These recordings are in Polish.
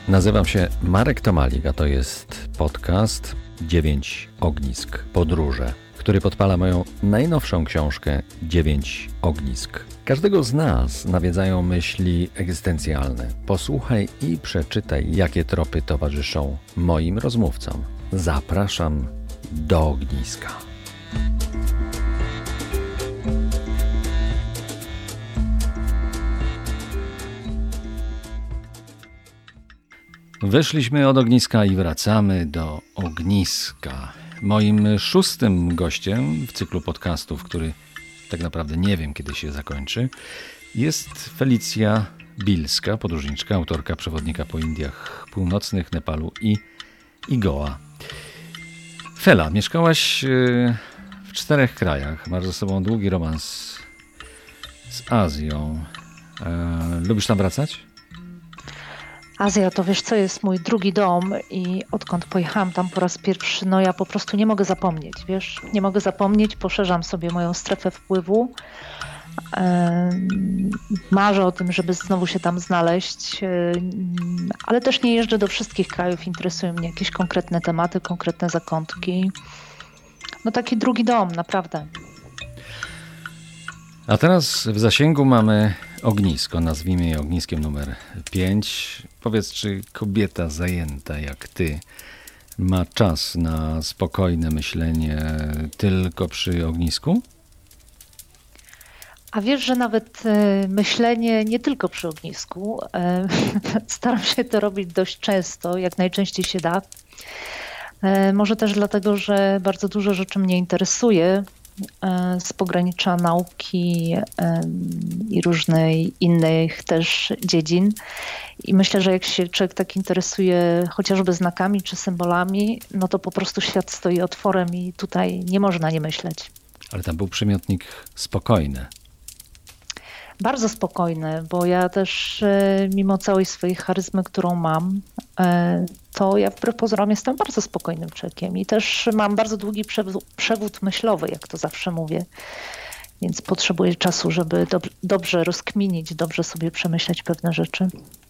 Nazywam się Marek Tomalik, a to jest podcast 9 ognisk podróże, który podpala moją najnowszą książkę 9 ognisk. Każdego z nas nawiedzają myśli egzystencjalne. Posłuchaj i przeczytaj, jakie tropy towarzyszą moim rozmówcom. Zapraszam do ogniska. Wyszliśmy od ogniska i wracamy do ogniska. Moim szóstym gościem w cyklu podcastów, który tak naprawdę nie wiem, kiedy się zakończy, jest Felicja Bilska, podróżniczka, autorka przewodnika po Indiach Północnych, Nepalu i Goa. Fela, mieszkałaś w 4 krajach, masz ze sobą długi romans z Azją. Lubisz tam wracać? Azja, to wiesz co, jest mój drugi dom i odkąd pojechałam tam po raz pierwszy, ja po prostu nie mogę zapomnieć, wiesz, nie mogę zapomnieć, poszerzam sobie moją strefę wpływu, marzę o tym, żeby znowu się tam znaleźć, ale też nie jeżdżę do wszystkich krajów, interesują mnie jakieś konkretne tematy, konkretne zakątki, taki drugi dom, naprawdę. A teraz w zasięgu mamy ognisko, nazwijmy je ogniskiem numer 5. Powiedz, czy kobieta zajęta jak ty ma czas na spokojne myślenie tylko przy ognisku? A wiesz, że nawet myślenie nie tylko przy ognisku. Staram się to robić dość często, jak najczęściej się da. Może też dlatego, że bardzo dużo rzeczy mnie interesuje z pogranicza nauki i różnych innych też dziedzin. I myślę, że jak się człowiek tak interesuje chociażby znakami czy symbolami, to po prostu świat stoi otworem i tutaj nie można nie myśleć. Ale tam był przymiotnik spokojny. Bardzo spokojny, bo ja też mimo całej swojej charyzmy, którą mam, to ja wbrew pozorom jestem bardzo spokojnym człowiekiem i też mam bardzo długi przewód myślowy, jak to zawsze mówię, więc potrzebuję czasu, żeby dobrze rozkminić, dobrze sobie przemyśleć pewne rzeczy.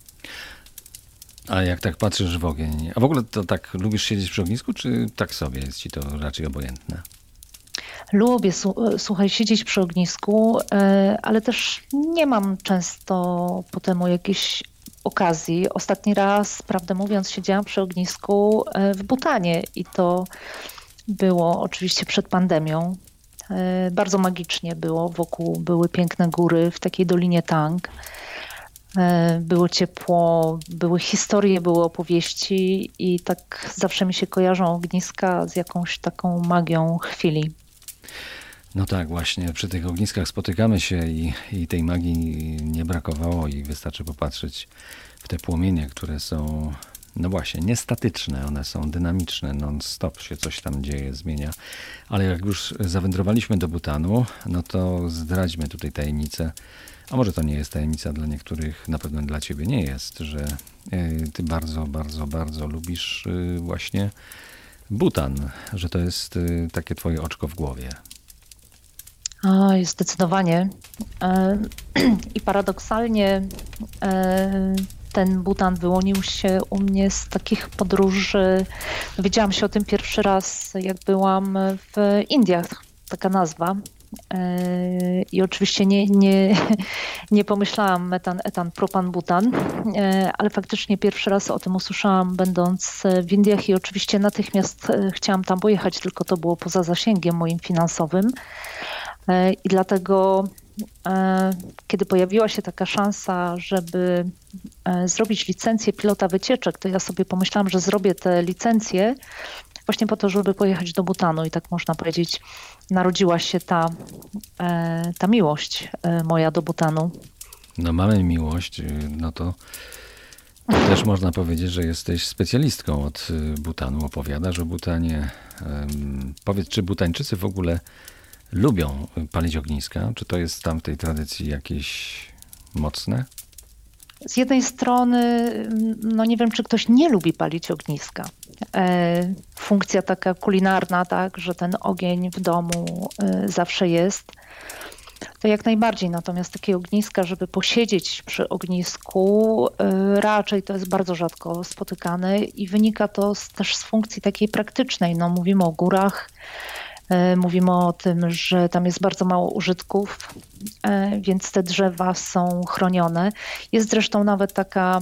A jak tak patrzysz w ogień, a w ogóle to tak lubisz siedzieć przy ognisku, czy tak sobie jest ci to raczej obojętne? Lubię, słuchaj, siedzieć przy ognisku, ale też nie mam często po temu jakiejś okazji. Ostatni raz, prawdę mówiąc, siedziałam przy ognisku w Bhutanie i to było oczywiście przed pandemią. Bardzo magicznie było, wokół były piękne góry w takiej dolinie Tang. Było ciepło, były historie, były opowieści i tak zawsze mi się kojarzą ogniska z jakąś taką magią chwili. No tak, właśnie przy tych ogniskach spotykamy się i tej magii nie brakowało i wystarczy popatrzeć w te płomienie, które są, właśnie, niestatyczne, one są dynamiczne, non-stop się coś tam dzieje, zmienia. Ale jak już zawędrowaliśmy do Bhutanu, to zdradźmy tutaj tajemnicę, a może to nie jest tajemnica dla niektórych, na pewno dla ciebie nie jest, że ty bardzo, bardzo, bardzo lubisz właśnie Bhutan, że to jest takie twoje oczko w głowie. Oj, zdecydowanie. I paradoksalnie ten Bhutan wyłonił się u mnie z takich podróży. Dowiedziałam się o tym pierwszy raz, jak byłam w Indiach, taka nazwa. I oczywiście nie pomyślałam metan, etan, propan, Bhutan, ale faktycznie pierwszy raz o tym usłyszałam będąc w Indiach i oczywiście natychmiast chciałam tam pojechać, tylko to było poza zasięgiem moim finansowym. I dlatego, kiedy pojawiła się taka szansa, żeby zrobić licencję pilota wycieczek, to ja sobie pomyślałam, że zrobię tę licencję właśnie po to, żeby pojechać do Bhutanu. I tak można powiedzieć, narodziła się ta miłość moja do Bhutanu. Mamy miłość, to też można powiedzieć, że jesteś specjalistką od Bhutanu. Opowiadasz o Bhutanie. Powiedz, czy Bhutańczycy w ogóle lubią palić ogniska? Czy to jest tam w tej tradycji jakieś mocne? Z jednej strony, nie wiem, czy ktoś nie lubi palić ogniska. Funkcja taka kulinarna, tak, że ten ogień w domu zawsze jest. To jak najbardziej, natomiast takie ogniska, żeby posiedzieć przy ognisku, raczej to jest bardzo rzadko spotykane i wynika to też z funkcji takiej praktycznej. No, mówimy o górach, mówimy o tym, że tam jest bardzo mało użytków, więc te drzewa są chronione. Jest zresztą nawet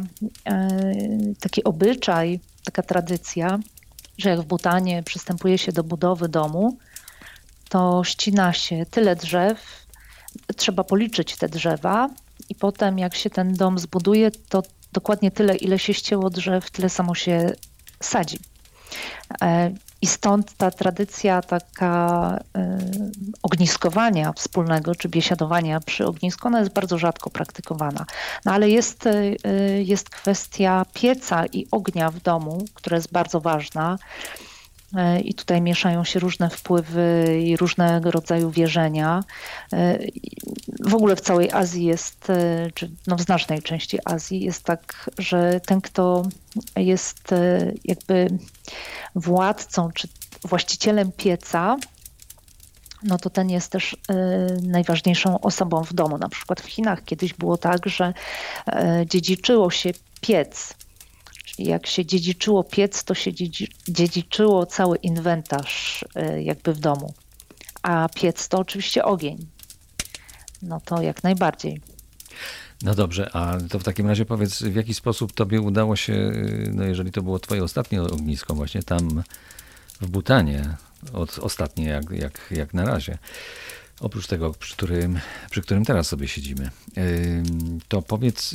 taki obyczaj, taka tradycja, że jak w Butanie przystępuje się do budowy domu, to ścina się tyle drzew, trzeba policzyć te drzewa i potem jak się ten dom zbuduje, to dokładnie tyle, ile się ścięło drzew, tyle samo się sadzi. I stąd ta tradycja taka ogniskowania wspólnego, czy biesiadowania przy ognisku, ona jest bardzo rzadko praktykowana. No ale jest kwestia pieca i ognia w domu, która jest bardzo ważna. I tutaj mieszają się różne wpływy i różnego rodzaju wierzenia. W ogóle w całej Azji jest, czy no w znacznej części Azji jest tak, że ten, kto jest jakby władcą czy właścicielem pieca, no to ten jest też najważniejszą osobą w domu. Na przykład w Chinach kiedyś było tak, że dziedziczyło się piec. Czyli jak się dziedziczyło piec, to się dziedziczyło cały inwentarz jakby w domu. A piec to oczywiście ogień. No to jak najbardziej. No dobrze, a to w takim razie powiedz, w jaki sposób tobie udało się, no jeżeli to było twoje ostatnie ognisko właśnie tam w Butanie, ostatnie jak na razie, oprócz tego, przy którym teraz sobie siedzimy, to powiedz,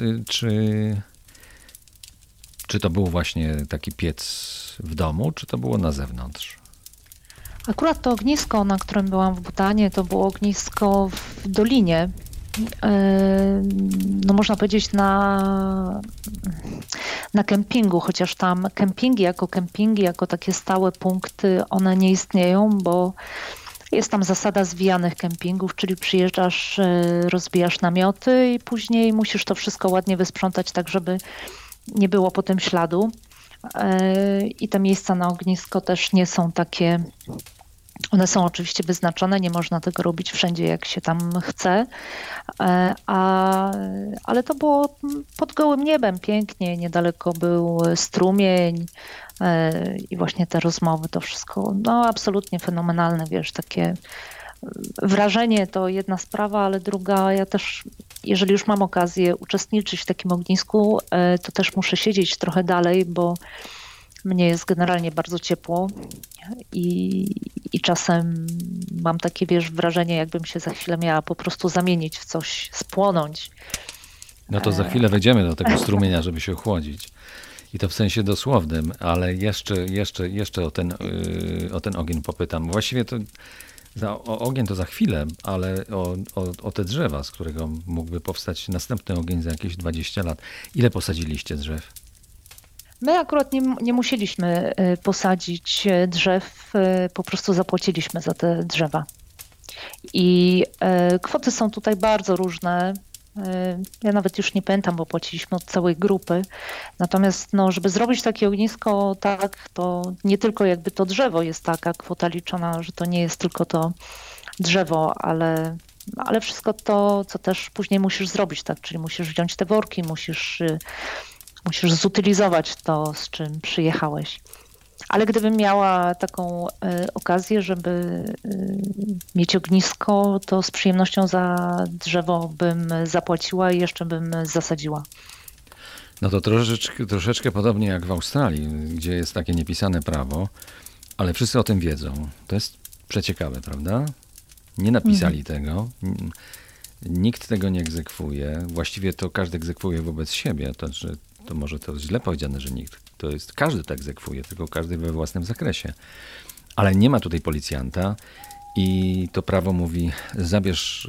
czy to był właśnie taki piec w domu, czy to było na zewnątrz? Akurat to ognisko, na którym byłam w Butanie, to było ognisko w dolinie. No można powiedzieć na kempingu, chociaż tam kempingi, jako takie stałe punkty, one nie istnieją, bo jest tam zasada zwijanych kempingów, czyli przyjeżdżasz, rozbijasz namioty i później musisz to wszystko ładnie wysprzątać tak, żeby nie było potem śladu. I te miejsca na ognisko też nie są takie. One są oczywiście wyznaczone, nie można tego robić wszędzie, jak się tam chce, ale to było pod gołym niebem pięknie, niedaleko był strumień i właśnie te rozmowy, to wszystko, no absolutnie fenomenalne, wiesz, takie wrażenie to jedna sprawa, ale druga, ja też, jeżeli już mam okazję uczestniczyć w takim ognisku, to też muszę siedzieć trochę dalej, bo mnie jest generalnie bardzo ciepło i czasem mam takie, wiesz, wrażenie, jakbym się za chwilę miała po prostu zamienić w coś, spłonąć. No to za chwilę wejdziemy do tego strumienia, żeby się ochłodzić. I to w sensie dosłownym, ale jeszcze o ten ogień popytam. Właściwie to o ogień to za chwilę, ale o te drzewa, z którego mógłby powstać następny ogień za jakieś 20 lat. Ile posadziliście drzew? My akurat nie musieliśmy posadzić drzew, po prostu zapłaciliśmy za te drzewa. I kwoty są tutaj bardzo różne. Ja nawet już nie pamiętam, bo płaciliśmy od całej grupy. Natomiast no, żeby zrobić takie ognisko, tak, to nie tylko jakby to drzewo jest taka kwota liczona, że to nie jest tylko to drzewo, ale wszystko to, co też później musisz zrobić, tak, czyli musisz wziąć te worki, musisz zutylizować to, z czym przyjechałeś. Ale gdybym miała taką okazję, żeby mieć ognisko, to z przyjemnością za drzewo bym zapłaciła i jeszcze bym zasadziła. No to troszeczkę podobnie jak w Australii, gdzie jest takie niepisane prawo, ale wszyscy o tym wiedzą. To jest przeciekawe, prawda? Nie napisali tego. Nikt tego nie egzekwuje. Właściwie to każdy egzekwuje wobec siebie. To może to źle powiedziane, że nikt. To jest każdy tak egzekwuje, tylko każdy we własnym zakresie. Ale nie ma tutaj policjanta i to prawo mówi: zabierz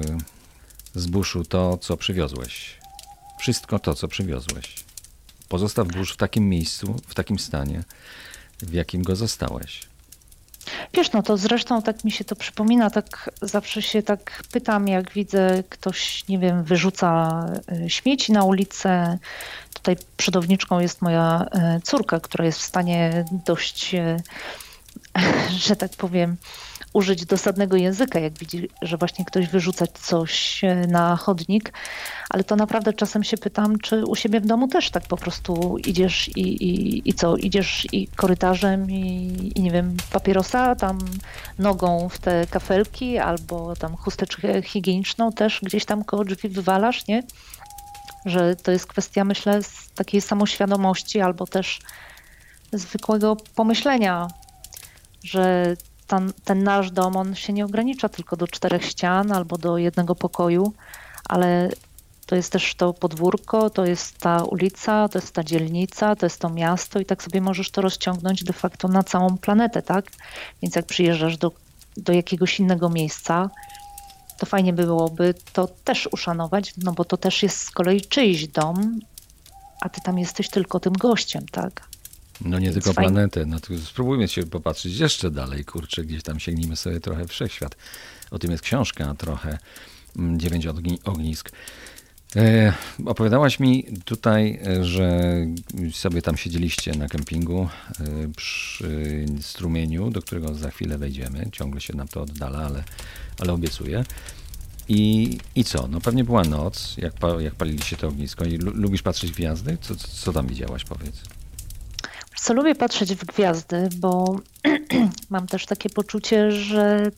z buszu to, co przywiozłeś. Wszystko to, co przywiozłeś. Pozostaw burz w takim miejscu, w takim stanie, w jakim go zostałeś. Wiesz, no to zresztą tak mi się to przypomina, tak zawsze się tak pytam, jak widzę ktoś, nie wiem, wyrzuca śmieci na ulicę. Tutaj przodowniczką jest moja córka, która jest w stanie dość, że tak powiem, użyć dosadnego języka, jak widzi, że właśnie ktoś wyrzuca coś na chodnik, ale to naprawdę czasem się pytam, czy u siebie w domu też tak po prostu idziesz i co, idziesz i korytarzem i nie wiem, papierosa tam nogą w te kafelki albo tam chusteczkę higieniczną też gdzieś tam koło drzwi wywalasz, nie? Że to jest kwestia, myślę, z takiej samoświadomości albo też zwykłego pomyślenia, że ten nasz dom, on się nie ogranicza tylko do 4 ścian albo do jednego pokoju, ale to jest też to podwórko, to jest ta ulica, to jest ta dzielnica, to jest to miasto i tak sobie możesz to rozciągnąć de facto na całą planetę, tak? Więc jak przyjeżdżasz do jakiegoś innego miejsca, to fajnie by byłoby to też uszanować, no bo to też jest z kolei czyjś dom, a ty tam jesteś tylko tym gościem, tak? No nie Więc tylko fajnie. planetę, no to spróbujmy się popatrzeć jeszcze dalej, kurczę, gdzieś tam sięgnijmy sobie trochę w wszechświat. O tym jest książka trochę, 9 ognisk. Opowiadałaś mi tutaj, że sobie tam siedzieliście na kempingu przy strumieniu, do którego za chwilę wejdziemy. Ciągle się nam to oddala, ale obiecuję. I co? No pewnie była noc, jak paliliście to ognisko. I lubisz patrzeć w gwiazdy? Co tam widziałaś, powiedz? Co lubię patrzeć w gwiazdy, bo mam też takie poczucie, że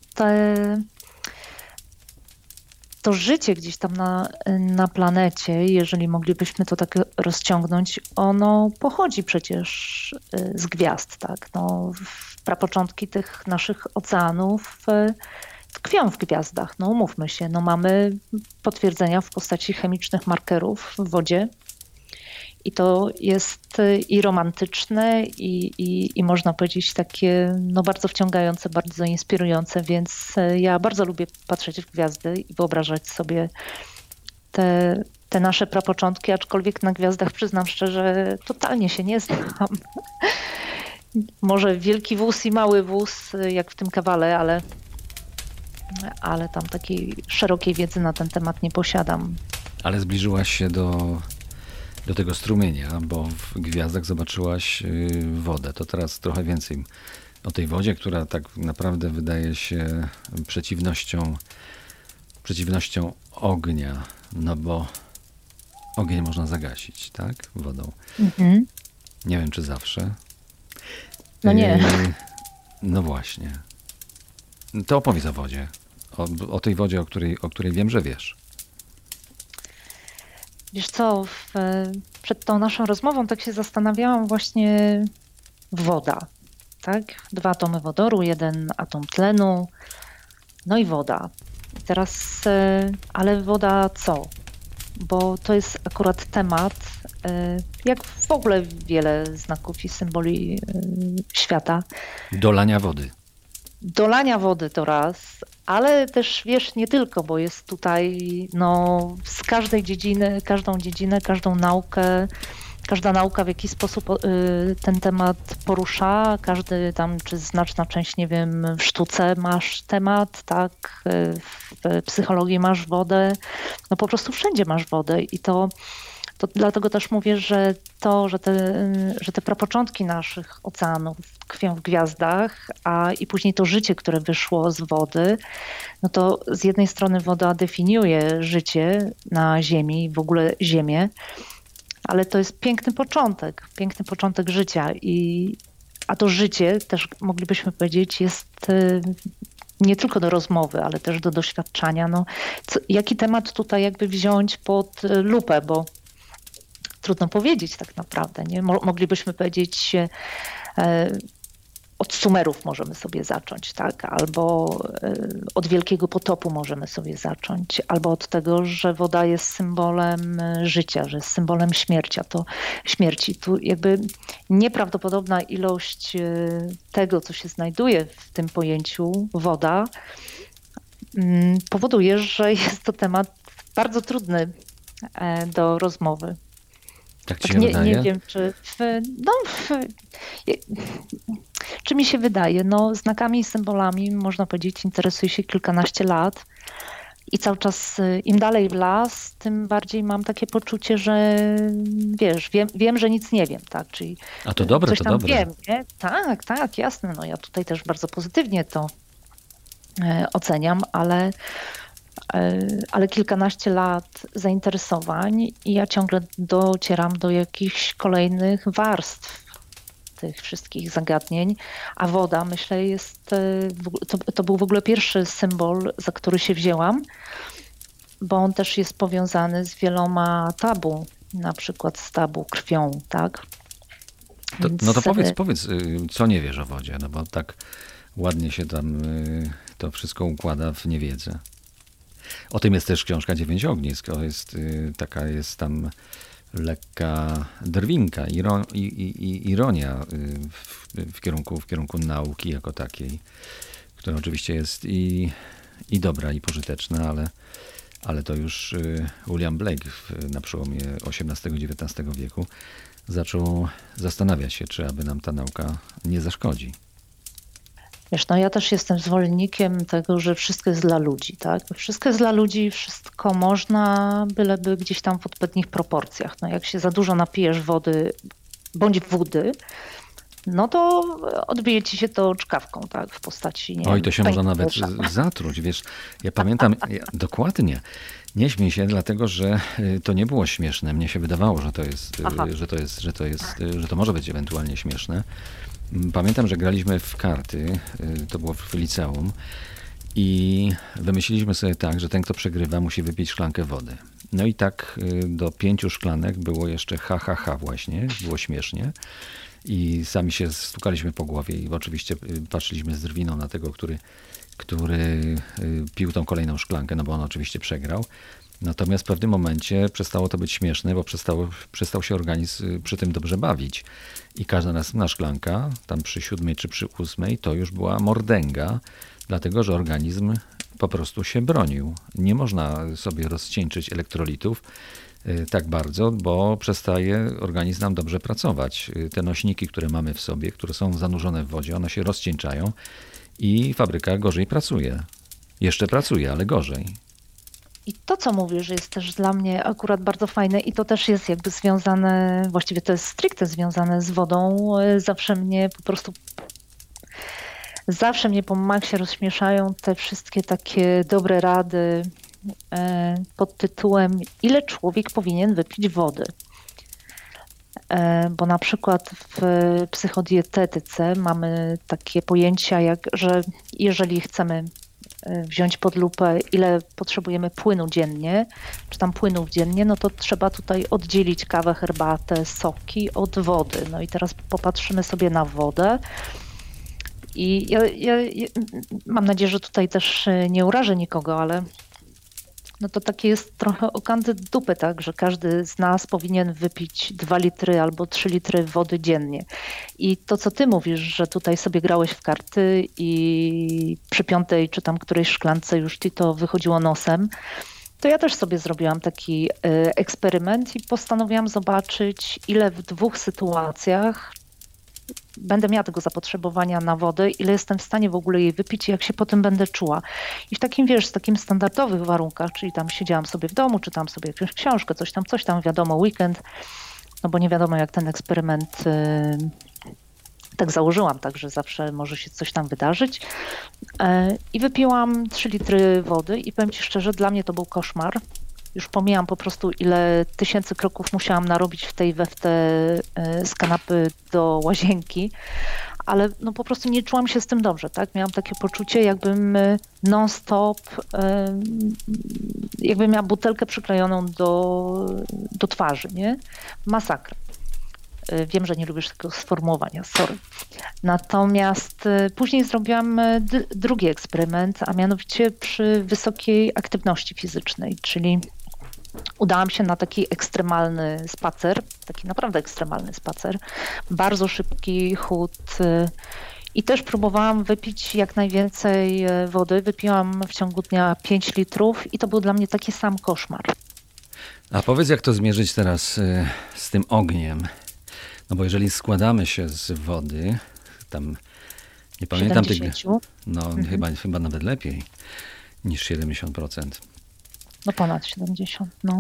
to życie gdzieś tam na planecie, jeżeli moglibyśmy to tak rozciągnąć, ono pochodzi przecież z gwiazd, tak? No, prapoczątki tych naszych oceanów tkwią w gwiazdach, no umówmy się. No, mamy potwierdzenia w postaci chemicznych markerów w wodzie. I to jest i romantyczne, i można powiedzieć takie no bardzo wciągające, bardzo inspirujące, więc ja bardzo lubię patrzeć w gwiazdy i wyobrażać sobie te nasze prapoczątki, aczkolwiek na gwiazdach przyznam szczerze, totalnie się nie znam. Może wielki wóz i mały wóz, jak w tym kawale, ale tam takiej szerokiej wiedzy na ten temat nie posiadam. Ale zbliżyłaś się do tego strumienia, bo w gwiazdach zobaczyłaś wodę. To teraz trochę więcej o tej wodzie, która tak naprawdę wydaje się przeciwnością ognia, no bo ogień można zagasić, tak? Wodą. Mhm. Nie wiem, czy zawsze. No nie. No właśnie. To opowiedz o wodzie. O tej wodzie, o której wiem, że wiesz. Wiesz co, przed tą naszą rozmową tak się zastanawiałam właśnie woda, tak? 2 atomy wodoru, 1 atom tlenu, no i woda. I teraz, ale woda co? Bo to jest akurat temat, jak w ogóle wiele znaków i symboli świata. Dolania wody. Dolania wody to raz, ale też wiesz, nie tylko, bo jest tutaj no, z każdej dziedziny, każdą naukę, każda nauka w jakiś sposób ten temat porusza, każdy tam, czy znaczna część, nie wiem, w sztuce masz temat, tak, w psychologii masz wodę, no po prostu wszędzie masz wodę i to dlatego też mówię, że że te prapoczątki naszych oceanów tkwią w gwiazdach, i później to życie, które wyszło z wody, no to z jednej strony woda definiuje życie na Ziemi, w ogóle Ziemię, ale to jest piękny początek życia a to życie też moglibyśmy powiedzieć jest nie tylko do rozmowy, ale też do doświadczania. No, jaki temat tutaj jakby wziąć pod lupę, bo trudno powiedzieć tak naprawdę. Nie? Moglibyśmy powiedzieć, od Sumerów możemy sobie zacząć, tak? Albo od Wielkiego Potopu możemy sobie zacząć, albo od tego, że woda jest symbolem życia, że jest symbolem śmierci. Tu jakby nieprawdopodobna ilość tego, co się znajduje w tym pojęciu woda, powoduje, że jest to temat bardzo trudny do rozmowy. Tak ci się wydaje? Nie wiem, czy mi się wydaje. No, znakami i symbolami, można powiedzieć, interesuję się kilkanaście lat i cały czas im dalej w las, tym bardziej mam takie poczucie, że wiesz, wiem, że nic nie wiem, tak? Czyli A to dobre, coś to tam dobre. wiem, nie? Tak, jasne. No ja tutaj też bardzo pozytywnie to oceniam, ale kilkanaście lat zainteresowań i ja ciągle docieram do jakichś kolejnych warstw tych wszystkich zagadnień, a woda, myślę, to był w ogóle pierwszy symbol, za który się wzięłam, bo on też jest powiązany z wieloma tabu, na przykład z tabu krwią, tak? No to powiedz, co nie wiesz o wodzie, no bo tak ładnie się tam to wszystko układa w niewiedzę. O tym jest też książka Dziewięć ognisk. Taka jest tam lekka drwinka, ironia w kierunku nauki jako takiej, która oczywiście jest i dobra, i pożyteczna, ale to już William Blake na przełomie XVIII i XIX wieku zaczął zastanawiać się, czy aby nam ta nauka nie zaszkodzi. Wiesz, no ja też jestem zwolennikiem tego, że wszystko jest dla ludzi, tak? Wszystko jest dla ludzi, wszystko można, byleby gdzieś tam w odpowiednich proporcjach. No jak się za dużo napijesz wody bądź wody, no to odbije ci się to czkawką, tak? W postaci, nie Oj, wiem, to się można nawet pęknięcia. zatruć, wiesz. Ja pamiętam, dokładnie, nie śmiej się, dlatego że to nie było śmieszne. Mnie się wydawało, Aha. że to może być ewentualnie śmieszne. Pamiętam, że graliśmy w karty, to było w liceum i wymyśliliśmy sobie tak, że ten, kto przegrywa, musi wypić szklankę wody. No i tak do 5 szklanek było jeszcze właśnie, było śmiesznie. I sami się stukaliśmy po głowie i oczywiście patrzyliśmy z drwiną na tego, który pił tą kolejną szklankę, no bo on oczywiście przegrał. Natomiast w pewnym momencie przestało to być śmieszne, bo przestał się organizm przy tym dobrze bawić. I każda następna szklanka, tam przy 7 czy przy 8, to już była mordęga, dlatego że organizm po prostu się bronił. Nie można sobie rozcieńczyć elektrolitów tak bardzo, bo przestaje organizm nam dobrze pracować. Te nośniki, które mamy w sobie, które są zanurzone w wodzie, one się rozcieńczają i fabryka gorzej pracuje. Jeszcze pracuje, ale gorzej. I to, co mówisz, jest też dla mnie akurat bardzo fajne i to też jest jakby związane, właściwie to jest stricte związane z wodą. Zawsze mnie po maksie rozśmieszają te wszystkie takie dobre rady pod tytułem ile człowiek powinien wypić wody. Bo na przykład w psychodietetyce mamy takie pojęcia, że jeżeli chcemy wziąć pod lupę, ile potrzebujemy płynu dziennie, czy tam płynów dziennie, no to trzeba tutaj oddzielić kawę, herbatę, soki od wody. No i teraz popatrzymy sobie na wodę. I ja mam nadzieję, że tutaj też nie urażę nikogo, ale no to takie jest trochę o kandy dupy, tak, że każdy z nas powinien wypić 2 litry albo 3 litry wody dziennie. I to, co ty mówisz, że tutaj sobie grałeś w karty i przy 5 czy tam którejś szklance już ci to wychodziło nosem, to ja też sobie zrobiłam taki eksperyment i postanowiłam zobaczyć, ile w 2 sytuacjach będę miała tego zapotrzebowania na wodę, ile jestem w stanie w ogóle jej wypić i jak się potem będę czuła. I w takim, wiesz, z takim standardowych warunkach, czyli tam siedziałam sobie w domu, czytałam sobie jakąś książkę, coś tam, wiadomo, weekend, no bo nie wiadomo jak ten eksperyment tak założyłam, także zawsze może się coś tam wydarzyć. I wypiłam 3 litry wody i powiem ci szczerze, dla mnie to był koszmar. Już pomijam po prostu, ile tysięcy kroków musiałam narobić w tej weftę z kanapy do łazienki, ale no po prostu nie czułam się z tym dobrze, tak? Miałam takie poczucie, jakbym non-stop, jakbym miała butelkę przyklejoną do twarzy, nie? Masakra. Wiem, że nie lubisz tego sformułowania, sorry. Natomiast później zrobiłam drugi eksperyment, a mianowicie przy wysokiej aktywności fizycznej, czyli udałam się na taki ekstremalny spacer, taki naprawdę ekstremalny spacer, bardzo szybki chód i też próbowałam wypić jak najwięcej wody. Wypiłam w ciągu dnia 5 litrów i to był dla mnie taki sam koszmar. A powiedz, jak to zmierzyć teraz z tym ogniem? No bo jeżeli składamy się z wody, tam nie pamiętam tego, no chyba nawet lepiej niż 70%. No ponad 70, no.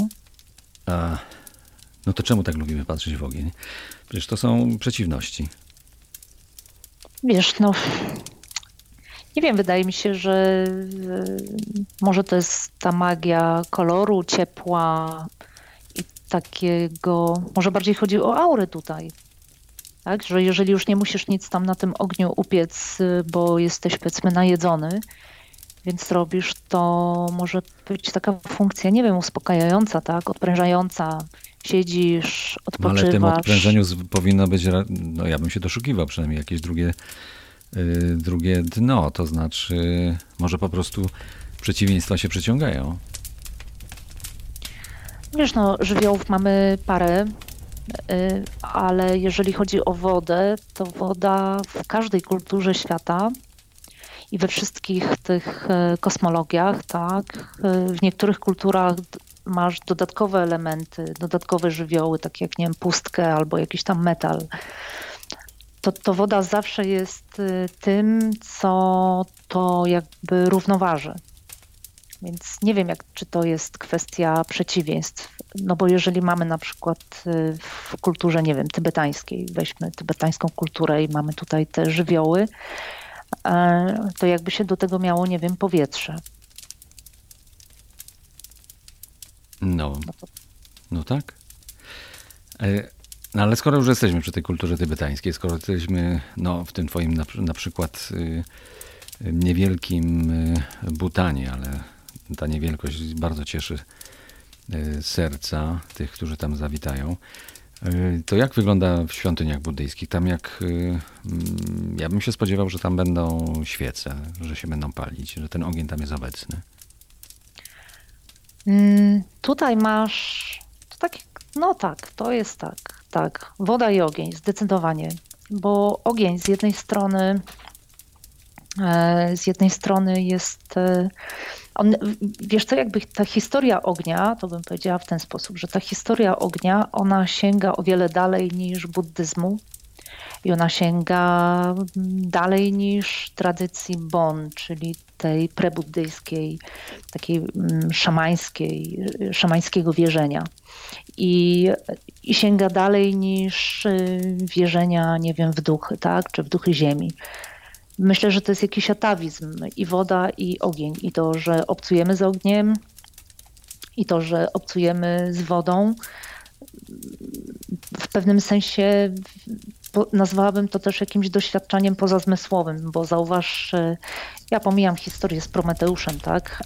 No to czemu tak lubimy patrzeć w ogień? Przecież to są przeciwności. Wiesz, no Nie wiem, wydaje mi się, że może to jest ta magia koloru, ciepła i takiego, może bardziej chodzi o aurę tutaj, tak? Że jeżeli już nie musisz nic tam na tym ogniu upiec, bo jesteś powiedzmy najedzony, więc robisz, to może być taka funkcja, nie wiem, uspokajająca, tak? Odprężająca. Siedzisz, No ale w tym odpoczywasz. odprężeniu powinno być, no ja bym się doszukiwał przynajmniej jakieś drugie dno, to znaczy może po prostu przeciwieństwa się przyciągają. Wiesz, no, żywiołów mamy parę, ale jeżeli chodzi o wodę, to woda w każdej kulturze świata i we wszystkich tych kosmologiach, tak, w niektórych kulturach masz dodatkowe elementy, dodatkowe żywioły, takie jak, nie wiem, pustkę albo jakiś tam metal. To woda zawsze jest tym, co to jakby równoważy. Więc nie wiem, czy to jest kwestia przeciwieństw. No bo jeżeli mamy na przykład w kulturze, nie wiem, tybetańskiej, weźmy tybetańską kulturę i mamy tutaj te żywioły, to jakby się do tego miało, nie wiem, powietrze. No, No to no tak. No ale skoro już jesteśmy przy tej kulturze tybetańskiej, skoro jesteśmy no, w tym twoim na przykład niewielkim Butanie, ale ta niewielkość bardzo cieszy serca tych, którzy tam zawitają. To jak wygląda w świątyniach buddyjskich? Tam ja bym się spodziewał, że tam będą świece, że się będą palić, że ten ogień tam jest obecny. Tutaj masz, to tak, no tak, to jest tak, tak. Woda i ogień, zdecydowanie. Bo ogień z jednej strony jest, wiesz co, jakby ta historia ognia, to bym powiedziała w ten sposób, że ta historia ognia, ona sięga o wiele dalej niż buddyzmu i ona sięga dalej niż tradycji Bon, czyli tej prebuddyjskiej, takiej szamańskiego wierzenia. I, I sięga dalej niż wierzenia, nie wiem, w duchy, tak, czy w duchy ziemi. Myślę, że to jest jakiś atawizm i woda, i ogień, i to, że obcujemy z ogniem, i to, że obcujemy z wodą. W pewnym sensie nazwałabym to też jakimś doświadczeniem pozazmysłowym, bo zauważ, ja pomijam historię z Prometeuszem, tak,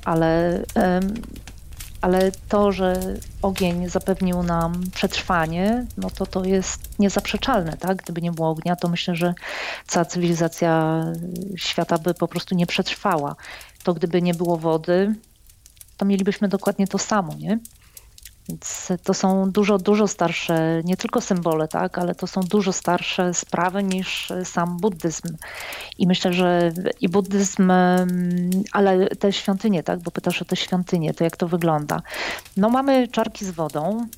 ale to, że ogień zapewnił nam przetrwanie, no to jest niezaprzeczalne, tak? Gdyby nie było ognia, to myślę, że cała cywilizacja świata by po prostu nie przetrwała. To gdyby nie było wody, to mielibyśmy dokładnie to samo, nie? Więc to są dużo starsze, nie tylko symbole, tak, ale to są dużo starsze sprawy niż sam buddyzm. I myślę, że i buddyzm, ale te świątynie, tak, bo pytasz o te świątynie, to jak to wygląda. No mamy czarki z wodą.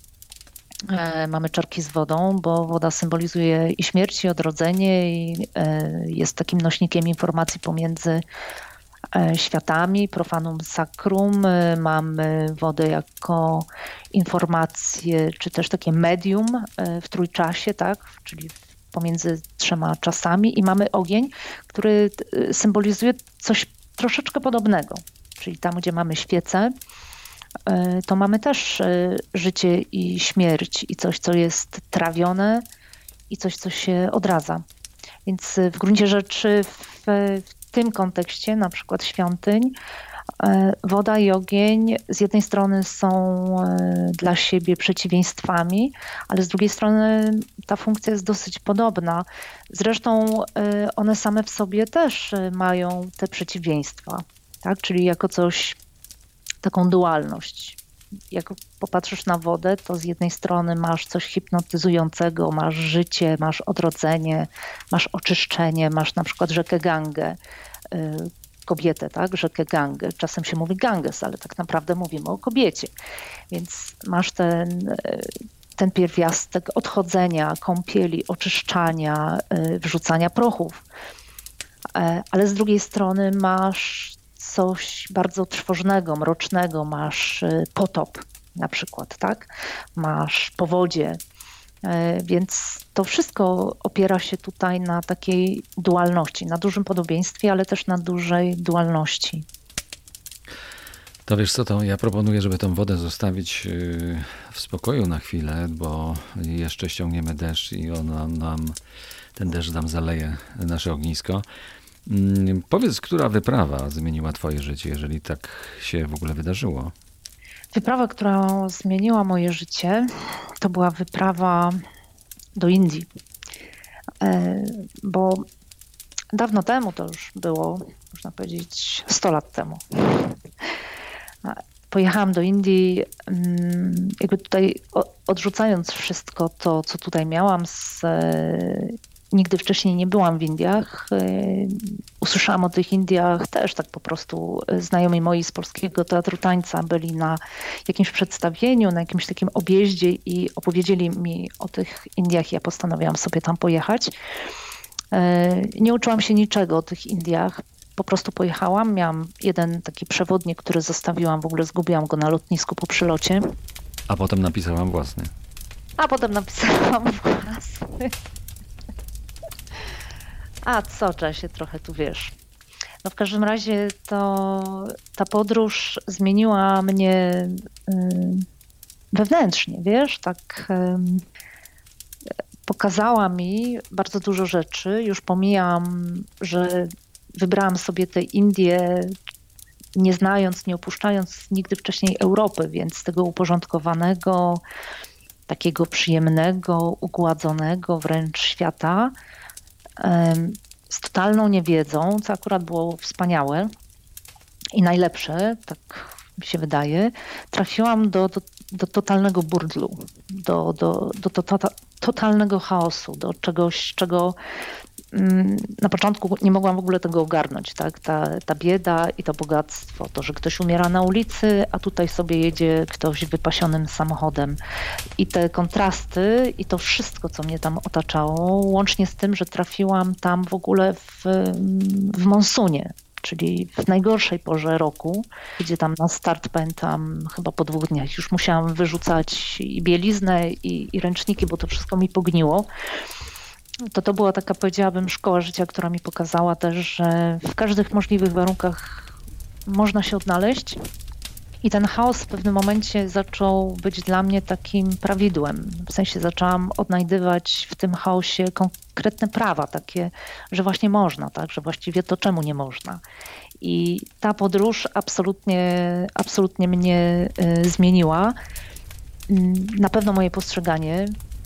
Mamy czarki z wodą, bo woda symbolizuje i śmierć, i odrodzenie, i jest takim nośnikiem informacji pomiędzy światami, profanum sacrum. Mamy wodę jako informację, czy też takie medium w trójczasie, tak? Czyli pomiędzy trzema czasami. I mamy ogień, który symbolizuje coś troszeczkę podobnego. Czyli tam, gdzie mamy świecę, to mamy też życie i śmierć i coś, co jest trawione i coś, co się odradza. Więc w gruncie rzeczy w tym kontekście, na przykład świątyń, woda i ogień z jednej strony są dla siebie przeciwieństwami, ale z drugiej strony ta funkcja jest dosyć podobna. Zresztą one same w sobie też mają te przeciwieństwa, tak? Czyli jako coś, taką dualność. Jak popatrzysz na wodę, to z jednej strony masz coś hipnotyzującego, masz życie, masz odrodzenie, masz oczyszczenie, masz na przykład rzekę Gangę, kobietę, tak, rzekę Gangę. Czasem się mówi Ganges, ale tak naprawdę mówimy o kobiecie. Więc masz ten pierwiastek odchodzenia, kąpieli, oczyszczania, wrzucania prochów. Ale z drugiej strony masz coś bardzo trwożnego, mrocznego, masz potop na przykład, tak? Masz powodzie, Więc to wszystko opiera się tutaj na takiej dualności, na dużym podobieństwie, ale też na dużej dualności. To wiesz co, to ja proponuję, żeby tą wodę zostawić w spokoju na chwilę, bo jeszcze ściągniemy deszcz i ten deszcz nam zaleje nasze ognisko. Powiedz, która wyprawa zmieniła twoje życie, jeżeli tak się w ogóle wydarzyło? Wyprawa, która zmieniła moje życie, to była wyprawa do Indii. Bo dawno temu, to już było, można powiedzieć, 100 lat temu, pojechałam do Indii, jakby tutaj odrzucając wszystko to, co tutaj miałam, nigdy wcześniej nie byłam w Indiach. Usłyszałam o tych Indiach też tak po prostu. Znajomi moi z Polskiego Teatru Tańca byli na jakimś przedstawieniu, na jakimś takim objeździe i opowiedzieli mi o tych Indiach. Ja postanowiłam sobie tam pojechać. Nie uczyłam się niczego o tych Indiach. Po prostu pojechałam. Miałam jeden taki przewodnik, który zostawiłam, w ogóle zgubiłam go na lotnisku po przylocie. A potem napisałam własny. A potem napisałam własny. A co, trzeba się trochę tu, wiesz. No w każdym razie ta podróż zmieniła mnie wewnętrznie, wiesz, tak pokazała mi bardzo dużo rzeczy. Już pomijam, że wybrałam sobie te Indie, nie znając, nie opuszczając nigdy wcześniej Europy, więc tego uporządkowanego, takiego przyjemnego, ugładzonego wręcz świata, z totalną niewiedzą, co akurat było wspaniałe i najlepsze, tak mi się wydaje, trafiłam do totalnego burdlu, do totalnego chaosu, do czegoś, czego na początku nie mogłam w ogóle tego ogarnąć, tak? Ta bieda i to bogactwo, to, że ktoś umiera na ulicy, a tutaj sobie jedzie ktoś wypasionym samochodem. I te kontrasty i to wszystko, co mnie tam otaczało, łącznie z tym, że trafiłam tam w ogóle w monsunie, czyli w najgorszej porze roku, gdzie tam na start pamiętam chyba po 2 dniach już musiałam wyrzucać i bieliznę i ręczniki, bo to wszystko mi pogniło. To była taka, powiedziałabym, szkoła życia, która mi pokazała też, że w każdych możliwych warunkach można się odnaleźć. I ten chaos w pewnym momencie zaczął być dla mnie takim prawidłem. W sensie zaczęłam odnajdywać w tym chaosie konkretne prawa, takie, że właśnie można, tak, że właściwie to czemu nie można. I ta podróż absolutnie mnie zmieniła. Na pewno moje postrzeganie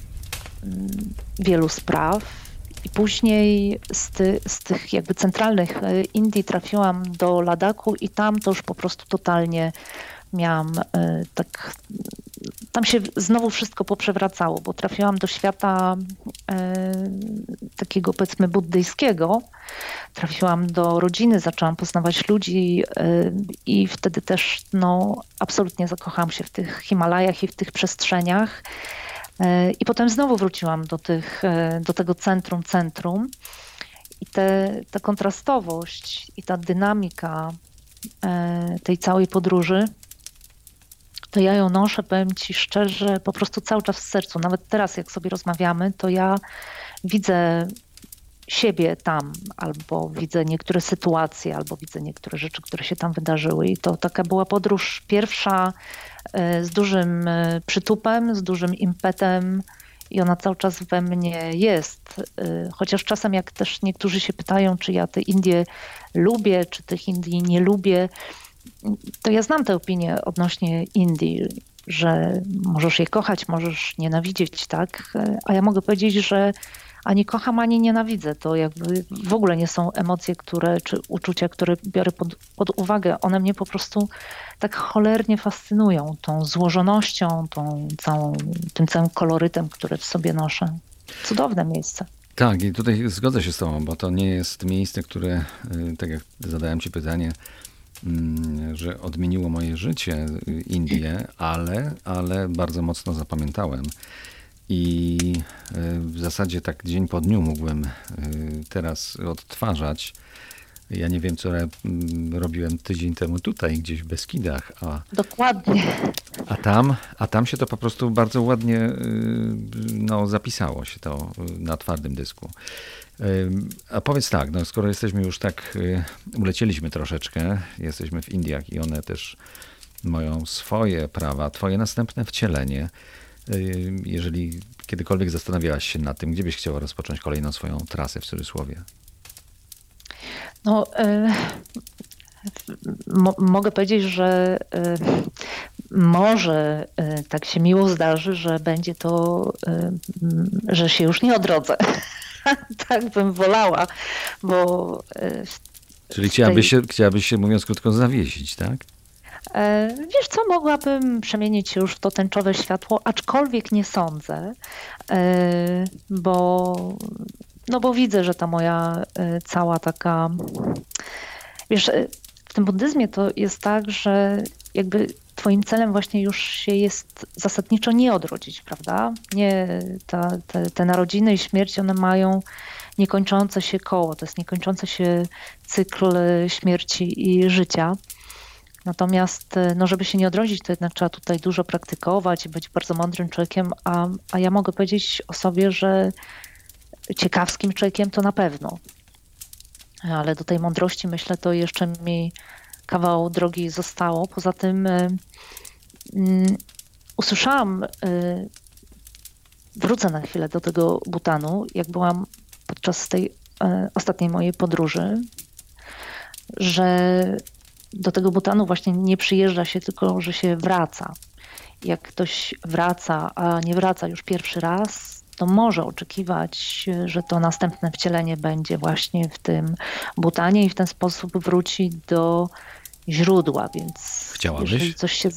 wielu spraw i później z tych jakby centralnych Indii trafiłam do Ladaku i tam to już po prostu totalnie miałam tak, tam się znowu wszystko poprzewracało, bo trafiłam do świata takiego powiedzmy buddyjskiego, trafiłam do rodziny, zaczęłam poznawać ludzi i wtedy też no, absolutnie zakochałam się w tych Himalajach i w tych przestrzeniach. I potem znowu wróciłam do tego centrum i ta kontrastowość i ta dynamika tej całej podróży, to ja ją noszę, powiem ci szczerze, po prostu cały czas w sercu. Nawet teraz, jak sobie rozmawiamy, to ja widzę siebie tam, albo widzę niektóre sytuacje, albo widzę niektóre rzeczy, które się tam wydarzyły. I to taka była podróż pierwsza z dużym przytupem, z dużym impetem i ona cały czas we mnie jest. Chociaż czasem jak też niektórzy się pytają, czy ja te Indie lubię, czy tych Indii nie lubię, to ja znam tę opinię odnośnie Indii, że możesz je kochać, możesz nienawidzieć, tak? A ja mogę powiedzieć, że ani kocham, ani nienawidzę. To jakby w ogóle nie są emocje, czy uczucia, które biorę pod uwagę. One mnie po prostu tak cholernie fascynują tą złożonością, tym całym kolorytem, który w sobie noszę. Cudowne miejsce. Tak, i tutaj zgodzę się z tobą, bo to nie jest miejsce, które, tak jak zadałem ci pytanie, że odmieniło moje życie, Indie, ale bardzo mocno zapamiętałem. I w zasadzie tak dzień po dniu mógłbym teraz odtwarzać Ja nie wiem, co robiłem tydzień temu tutaj, gdzieś w Beskidach, Dokładnie. a tam się to po prostu bardzo ładnie no, zapisało się to na twardym dysku. A powiedz tak, no, skoro jesteśmy już tak, ulecieliśmy troszeczkę, jesteśmy w Indiach i one też mają swoje prawa, twoje następne wcielenie. Jeżeli kiedykolwiek zastanawiałaś się nad tym, gdzie byś chciała rozpocząć kolejną swoją trasę w cudzysłowie? No, mogę powiedzieć, że może tak się miło zdarzy, że będzie to, że się już nie odrodzę. Tak bym wolała, bo... Czyli chciałabyś się, mówiąc krótko, zawiesić, tak? Wiesz co, mogłabym przemienić się już w to tęczowe światło, aczkolwiek nie sądzę, bo, no bo widzę, że ta moja cała taka... Wiesz, w tym buddyzmie to jest tak, że jakby twoim celem właśnie już się jest zasadniczo nie odrodzić, prawda? Nie, te narodziny i śmierć, one mają niekończące się koło, to jest niekończący się cykl śmierci i życia. Natomiast, no żeby się nie odrodzić, to jednak trzeba tutaj dużo praktykować i być bardzo mądrym człowiekiem, a ja mogę powiedzieć o sobie, że ciekawskim człowiekiem to na pewno. Ale do tej mądrości, myślę, to jeszcze mi kawał drogi zostało. Poza tym usłyszałam, wrócę na chwilę do tego Bhutanu, jak byłam podczas tej ostatniej mojej podróży, że do tego Bhutanu właśnie nie przyjeżdża się, tylko że się wraca. Jak ktoś wraca, a nie wraca już pierwszy raz, to może oczekiwać, że to następne wcielenie będzie właśnie w tym Bhutanie i w ten sposób wróci do źródła, więc Chciałabyś? jeżeli coś się...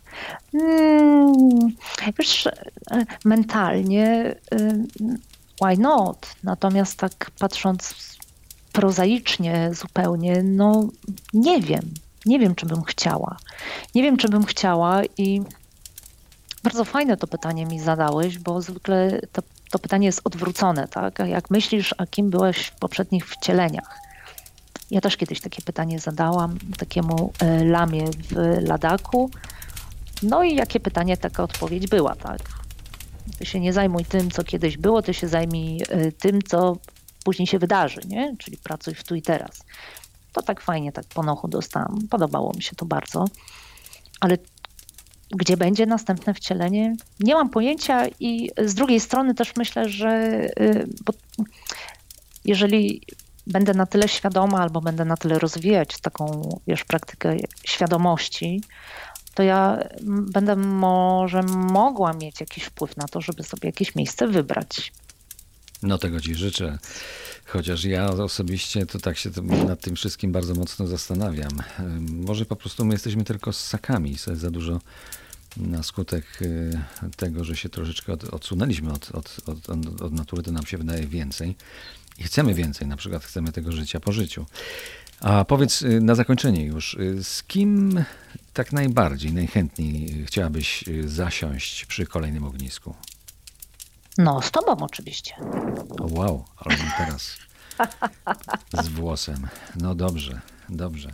Wiesz, mentalnie why not? Natomiast tak patrząc prozaicznie zupełnie, no nie wiem. Nie wiem, czy bym chciała. Nie wiem, czy bym chciała i bardzo fajne to pytanie mi zadałeś, bo zwykle to pytanie jest odwrócone, tak? A jak myślisz, a kim byłeś w poprzednich wcieleniach? Ja też kiedyś takie pytanie zadałam takiemu lamie w Ladaku. No i jakie pytanie, taka odpowiedź była, tak? Ty się nie zajmuj tym, co kiedyś było, ty się zajmij tym, co później się wydarzy, nie? Czyli pracuj w tu i teraz. To tak fajnie, tak po nochu dostałam. Podobało mi się to bardzo. Ale gdzie będzie następne wcielenie? Nie mam pojęcia i z drugiej strony też myślę, że bo jeżeli będę na tyle świadoma albo będę na tyle rozwijać taką, wiesz, praktykę świadomości, to ja będę może mogła mieć jakiś wpływ na to, żeby sobie jakieś miejsce wybrać. No tego ci życzę. Chociaż ja osobiście to tak się nad tym wszystkim bardzo mocno zastanawiam. Może po prostu my jesteśmy tylko ssakami, za dużo na skutek tego, że się troszeczkę odsunęliśmy od natury, to nam się wydaje więcej. I chcemy więcej, na przykład chcemy tego życia po życiu. A powiedz na zakończenie już, z kim tak najbardziej, najchętniej chciałabyś zasiąść przy kolejnym ognisku? No, z tobą oczywiście. O wow, ale teraz z włosem. No dobrze, dobrze.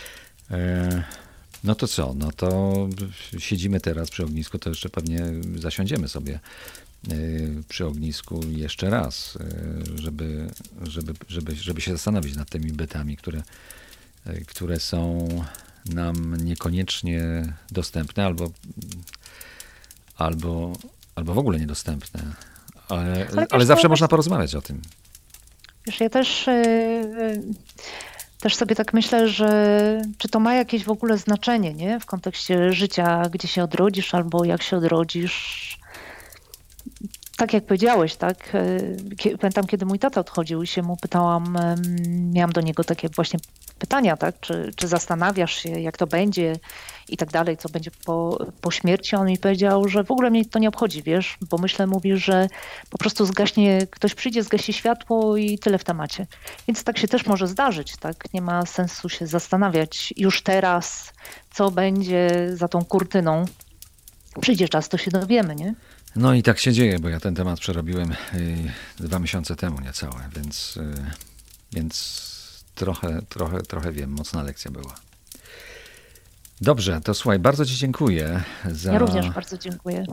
No to co? No to siedzimy teraz przy ognisku, to jeszcze pewnie zasiądziemy sobie przy ognisku jeszcze raz, żeby się zastanowić nad tymi bytami, które są nam niekoniecznie dostępne albo w ogóle niedostępne. Ale zawsze można porozmawiać o tym. Wiesz, ja też sobie tak myślę, że czy to ma jakieś w ogóle znaczenie, nie? W kontekście życia, gdzie się odrodzisz albo jak się odrodzisz. Tak jak powiedziałeś, tak? Pamiętam, kiedy mój tata odchodził i się mu pytałam, miałam do niego takie właśnie pytania, tak? Czy zastanawiasz się, jak to będzie i tak dalej, co będzie po śmierci. On mi powiedział, że w ogóle mnie to nie obchodzi, wiesz, bo myślę, mówi, że po prostu ktoś przyjdzie, zgasi światło i tyle w temacie. Więc tak się też może zdarzyć, tak? Nie ma sensu się zastanawiać już teraz, co będzie za tą kurtyną. Przyjdzie czas, to się dowiemy, nie? No i tak się dzieje, bo ja ten temat przerobiłem 2 miesiące temu niecałe, więc trochę wiem, mocna lekcja była. Dobrze, to słuchaj, bardzo Ci dziękuję Ja również bardzo dziękuję.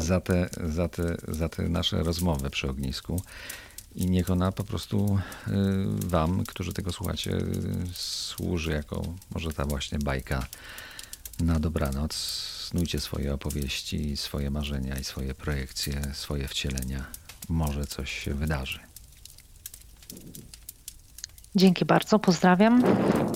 za te nasze rozmowy przy ognisku. I niech ona po prostu wam, którzy tego słuchacie, służy jako może ta właśnie bajka na dobranoc. Snujcie swoje opowieści, swoje marzenia i swoje projekcje, swoje wcielenia. Może coś się wydarzy. Dzięki bardzo, pozdrawiam.